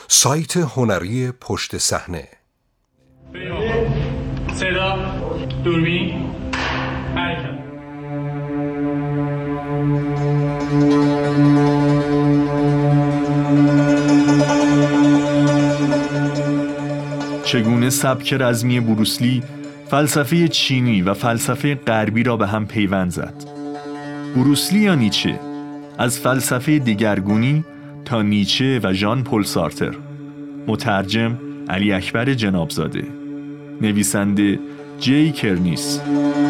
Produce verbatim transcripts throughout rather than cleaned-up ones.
سایت هنری پشت صحنه. صدا، دوربین، حرکت. چگونه سبک رزمی بروسلی فلسفه چینی و فلسفه غربی را به هم پیوند زد. بروسلی یا نیچه، از فلسفه دگرگونی تا نیچه و ژان پل سارتر. مترجم علی اکبر جنابزاده. نویسنده جی کرنیس.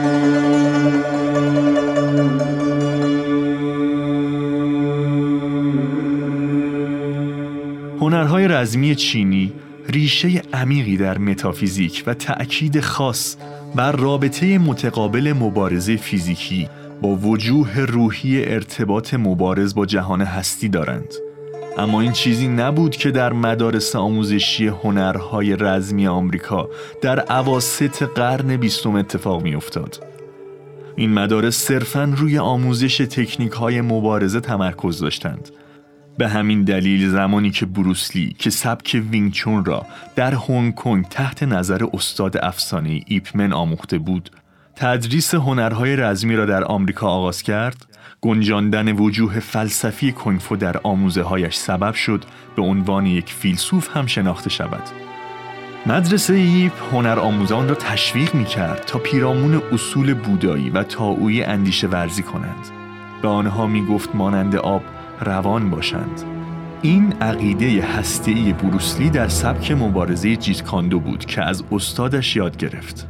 هنرهای رزمی چینی ریشه عمیقی در متافیزیک و تأکید خاص بر رابطه متقابل مبارزه فیزیکی با وجوه روحی ارتباط مبارز با جهان هستی دارند. اما این چیزی نبود که در مدارس آموزشی هنرهای رزمی آمریکا در اواسط قرن بیستم اتفاق می افتاد. این مدارس صرفاً روی آموزش تکنیک‌های مبارزه تمرکز داشتند. به همین دلیل زمانی که بروسلی که سبک وینگ چون را در هنگ کنگ تحت نظر استاد افسانه ایپ من آموخته بود، تدریس هنرهای رزمی را در آمریکا آغاز کرد، گنجاندن وجوه فلسفی کنگ فو در آموزه هایش سبب شد به عنوان یک فیلسوف هم شناخته شود. مدرسه ایپ هنر آموزان را تشویق می کرد تا پیرامون اصول بودایی و تائویی اندیشه ورزی کنند. به آنها می گفت مانند آب روان باشند. این عقیده هسته‌ای بروسلی در سبک مبارزه جیت کاندو بود که از استادش یاد گرفت.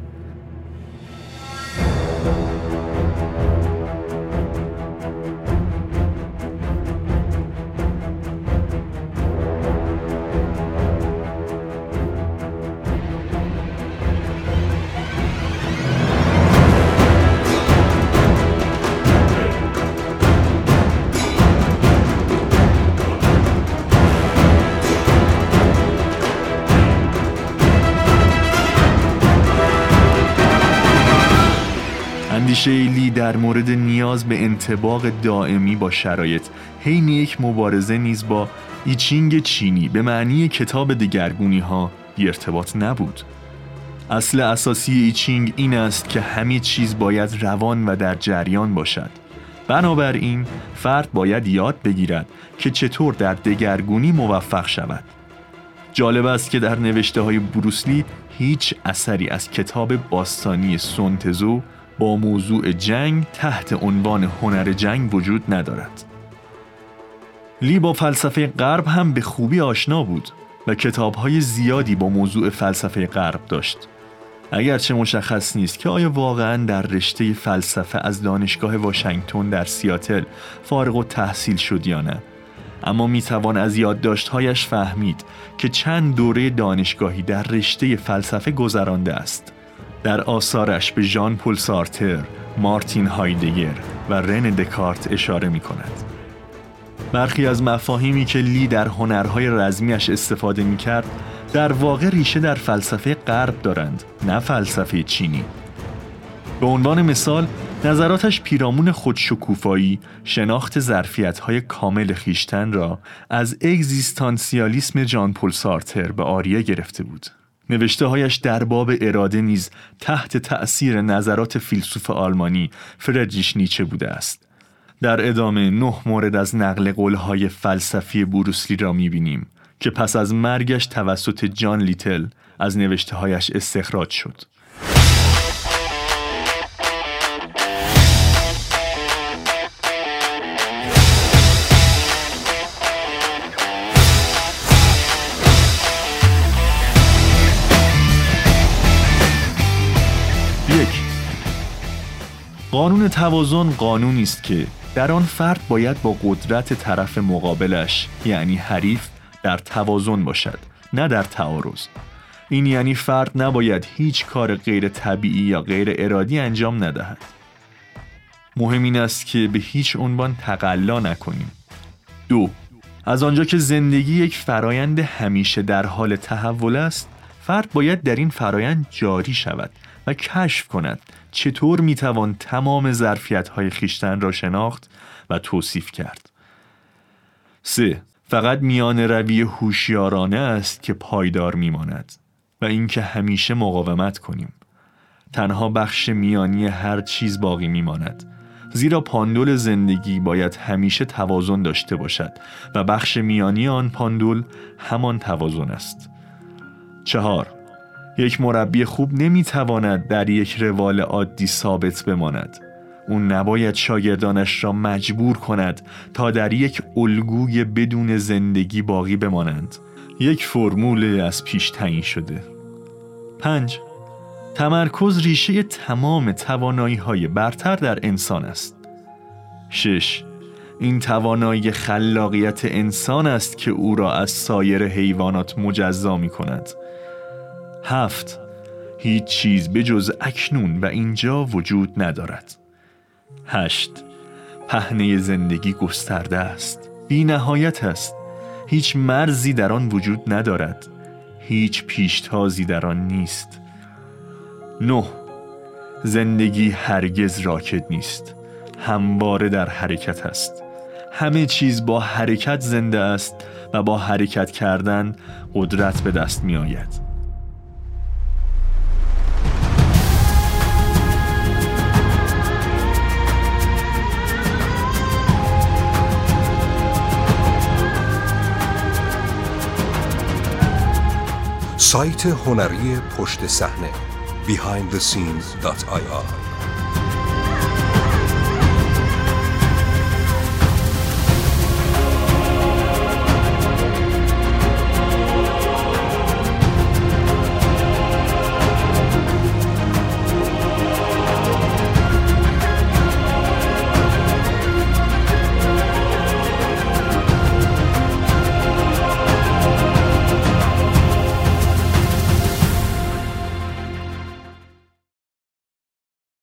اندیشه لی در مورد نیاز به انطباق دائمی با شرایط حین یک مبارزه نیز با ایچینگ چینی به معنی کتاب دگرگونی ها بی ارتباط نبود. اصل اساسی ایچینگ این است که همه چیز باید روان و در جریان باشد. بنابراین فرد باید یاد بگیرد که چطور در دگرگونی موفق شود. جالب است که در نوشته های بروسلی هیچ اثری از کتاب باستانی سون تزو با موضوع جنگ تحت عنوان هنر جنگ وجود ندارد. لی با فلسفه غرب هم به خوبی آشنا بود و کتاب‌های زیادی با موضوع فلسفه غرب داشت. اگرچه مشخص نیست که آیا واقعاً در رشته فلسفه از دانشگاه واشنگتن در سیاتل فارغ التحصیل شد یا نه، اما میتوان از یادداشت‌هایش فهمید که چند دوره دانشگاهی در رشته فلسفه گذرانده است. در آثارش به ژان پل سارتر، مارتین هایدگر و رن دکارت اشاره می کند. برخی از مفاهیمی که لی در هنرهای رزمیش استفاده می کرد در واقع ریشه در فلسفه غرب دارند، نه فلسفه چینی. به عنوان مثال، نظراتش پیرامون خودشکوفایی، شناخت ظرفیت‌های کامل خویشتن را از اگزیستانسیالیسم ژان پل سارتر به آریه گرفته بود. نوشته هایش در باب اراده نیز تحت تأثیر نظرات فیلسوف آلمانی فریدریش نیچه بوده است. در ادامه نه مورد از نقل قول‌های فلسفی بروسلی را می‌بینیم که پس از مرگش توسط جان لیتل از نوشته هایش استخراج شد. قانون توازن قانونی است که در آن فرد باید با قدرت طرف مقابلش یعنی حریف در توازن باشد، نه در تعارض. این یعنی فرد نباید هیچ کار غیر طبیعی یا غیر ارادی انجام ندهد. مهم این است که به هیچ عنوان تقلا نکنیم. دو، از آنجا که زندگی یک فرایند همیشه در حال تحول است، فرد باید در این فرایند جاری شود و کشف کند چطور میتوان تمام ظرفیت‌های خویشتن را شناخت و توصیف کرد. سه، فقط میان روی هوشیارانه است که پایدار میماند و اینکه همیشه مقاومت کنیم. تنها بخش میانی هر چیز باقی میماند، زیرا پاندول زندگی باید همیشه توازن داشته باشد و بخش میانی آن پاندول همان توازن است. چهار، یک مربی خوب نمیتواند در یک روال عادی ثابت بماند. اون نباید شاگردانش را مجبور کند تا در یک الگوی بدون زندگی باقی بمانند، یک فرمول از پیش تعیین شده. پنج، تمرکز ریشه تمام توانایی‌های برتر در انسان است. شش، این توانایی خلاقیت انسان است که او را از سایر حیوانات مجزا می کند. هفت، هیچ چیز به جز اکنون و اینجا وجود ندارد. هشت، پهنه زندگی گسترده است، بی نهایت است، هیچ مرزی در آن وجود ندارد، هیچ پیشتازی در آن نیست. نه، زندگی هرگز راکد نیست، همواره در حرکت است. همه چیز با حرکت زنده است و با حرکت کردن قدرت به دست می آید. سایت هنری پشت صحنه behind the scenes dot i r